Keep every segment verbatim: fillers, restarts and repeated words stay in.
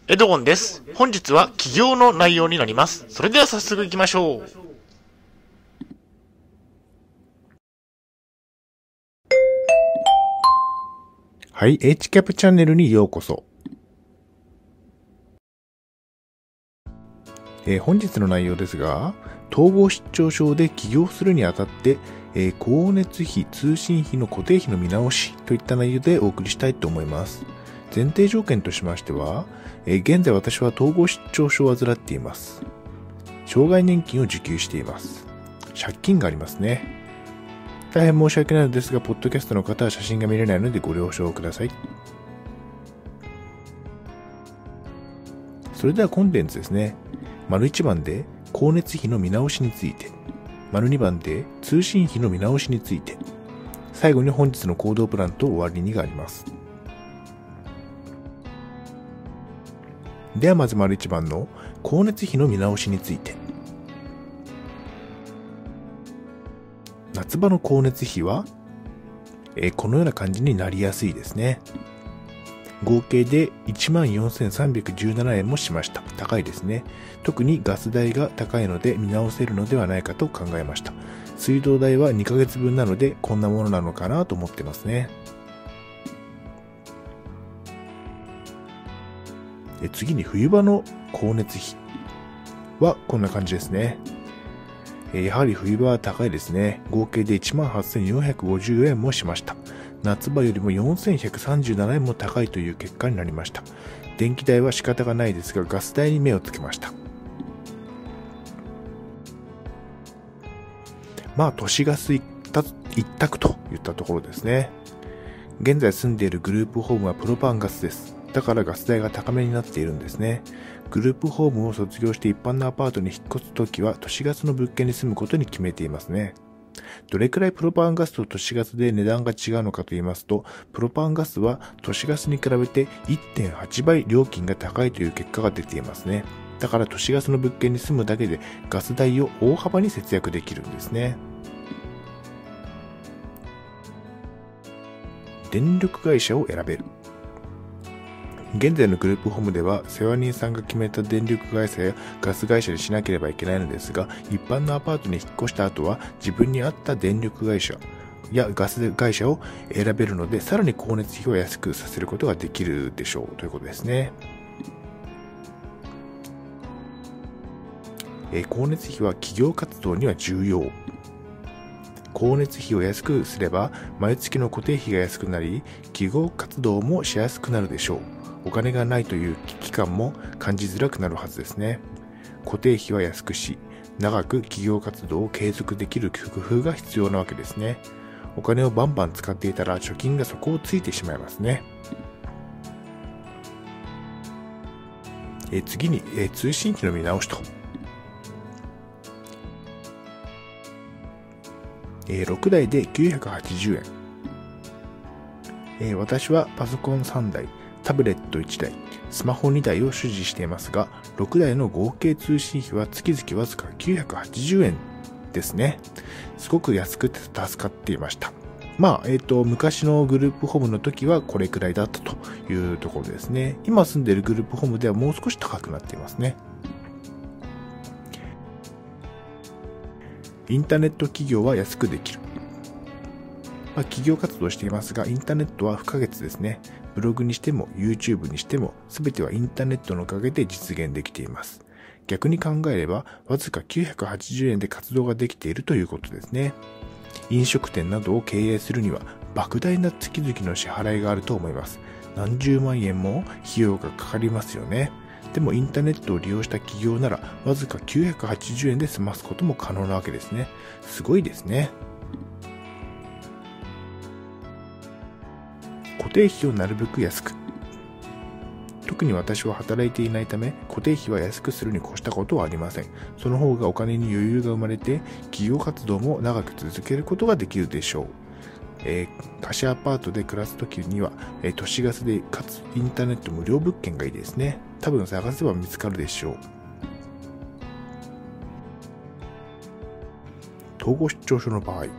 エドゴンです。本日は起業の内容になります。それでは早速行きましょう。 はい、エイチキャップ チャンネルにようこそ。えー、本日の内容ですが、統合失調症で起業するにあたって、えー、光熱費、通信費の固定費の見直しといった内容でお送りしたいと思います。前提条件としましては、えー、現在私は統合失調症を患っています。障害年金を受給しています。借金がありますね。大変申し訳ないのですが、ポッドキャストの方は写真が見れないのでご了承ください。それではコンテンツですね。丸いちばんで光熱費の見直しについて、丸にばんで通信費の見直しについて、最後に本日の行動プランと終わりにがあります。ではまず丸いちばんの光熱費の見直しについて。夏場の光熱費は、えー、このような感じになりやすいですね。合計で いちまんよんせんさんびゃくじゅうななえんもしました。高いですね。特にガス代が高いので見直せるのではないかと考えました。水道代はにかげつぶんなのでこんなものなのかなと思ってますね。え次に冬場の光熱費はこんな感じですね。やはり冬場は高いですね。合計で いちまんはっせんよんひゃくごじゅうえんもしました。夏場よりもよんせんひゃくさんじゅうななえんも高いという結果になりました。電気代は仕方がないですが、ガス代に目をつけました。まあ、都市ガス一択といったところですね。現在住んでいるグループホームはプロパンガスです。だからガス代が高めになっているんですね。グループホームを卒業して一般のアパートに引っ越すときは都市ガスの物件に住むことに決めていますね。どれくらいプロパンガスと都市ガスで値段が違うのかと言いますと、プロパンガスは都市ガスに比べて いってんはちばい料金が高いという結果が出ていますね。だから都市ガスの物件に住むだけでガス代を大幅に節約できるんですね。電力会社を選べる。現在のグループホームでは世話人さんが決めた電力会社やガス会社にしなければいけないのですが、一般のアパートに引っ越した後は自分に合った電力会社やガス会社を選べるので、さらに光熱費を安くさせることができるでしょうということですね。えー、光熱費は企業活動には重要。光熱費を安くすれば毎月の固定費が安くなり、企業活動もしやすくなるでしょう。お金がないという危機感も感じづらくなるはずですね。固定費は安くし、長く企業活動を継続できる工夫が必要なわけですね。お金をバンバン使っていたら貯金が底をついてしまいますね。えー、次に、えー、通信費の見直しと。えー、ろくだいできゅうひゃくはちじゅうえん。えー、私はパソコンさんだい、タブレットいちだい、スマホにだいを所持していますが、ろくだいの合計通信費は月々わずかきゅうひゃくはちじゅうえんですね。すごく安くて助かっていました。まあ、えっと、昔のグループホームの時はこれくらいだったというところですね。今住んでいるグループホームではもう少し高くなっていますね。インターネット企業は安くできる。まあ、企業活動していますが、インターネットは不可欠ですね。ブログにしても YouTube にしても全てはインターネットのおかげで実現できています。逆に考えればわずかきゅうひゃくはちじゅうえんで活動ができているということですね。飲食店などを経営するには莫大な月々の支払いがあると思います。何十万円も費用がかかりますよね。でもインターネットを利用した企業ならわずかきゅうひゃくはちじゅうえんで済ますことも可能なわけですね。すごいですね。固定費をなるべく安く。特に私は働いていないため固定費は安くするに越したことはありません。その方がお金に余裕が生まれて企業活動も長く続けることができるでしょう。えー、貸しアパートで暮らすときには、えー、都市ガスでかつインターネット無料物件がいいですね。多分探せば見つかるでしょう。統合失調症の場合、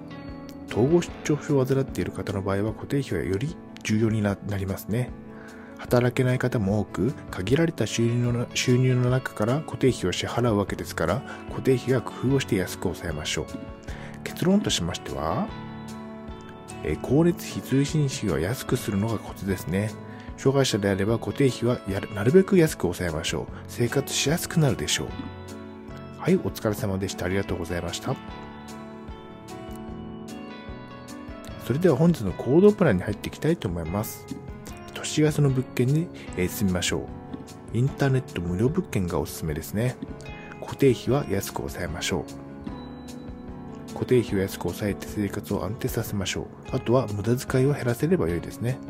統合失調症を患っている方の場合は固定費はより重要になりますね。 働けない方も多く、限られた収入の、収入の中から固定費を支払うわけですから、固定費は工夫をして安く抑えましょう。結論としましては、えー、光熱費、通信費は安くするのがコツですね。障害者であれば固定費はやるなるべく安く抑えましょう。生活しやすくなるでしょう。はい、お疲れ様でした。ありがとうございました。それでは本日の行動プランに入っていきたいと思います。都市ガスの物件に住みましょう。インターネット無料物件がおすすめですね。固定費は安く抑えましょう。固定費を安く抑えて生活を安定させましょう。あとは無駄遣いを減らせれば良いですね。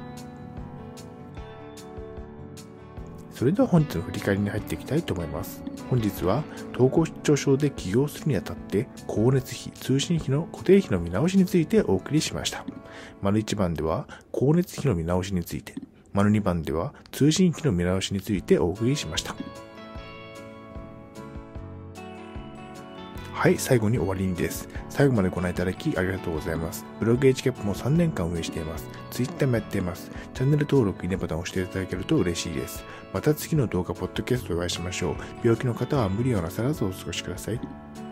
それでは本日の振り返りに入っていきたいと思います。本日は統合失調症で起業するにあたって光熱費、通信費の固定費の見直しについてお送りしました。丸いちばんでは光熱費の見直しについて、丸にばんでは通信費の見直しについてお送りしました。はい、最後に終わりにです。最後までご覧いただきありがとうございます。ブログ エイチキャップ もさんねんかん運営しています。Twitter もやっています。チャンネル登録、いいねボタンを押していただけると嬉しいです。また次の動画、ポッドキャストでお会いしましょう。病気の方は無理をなさらずお過ごしください。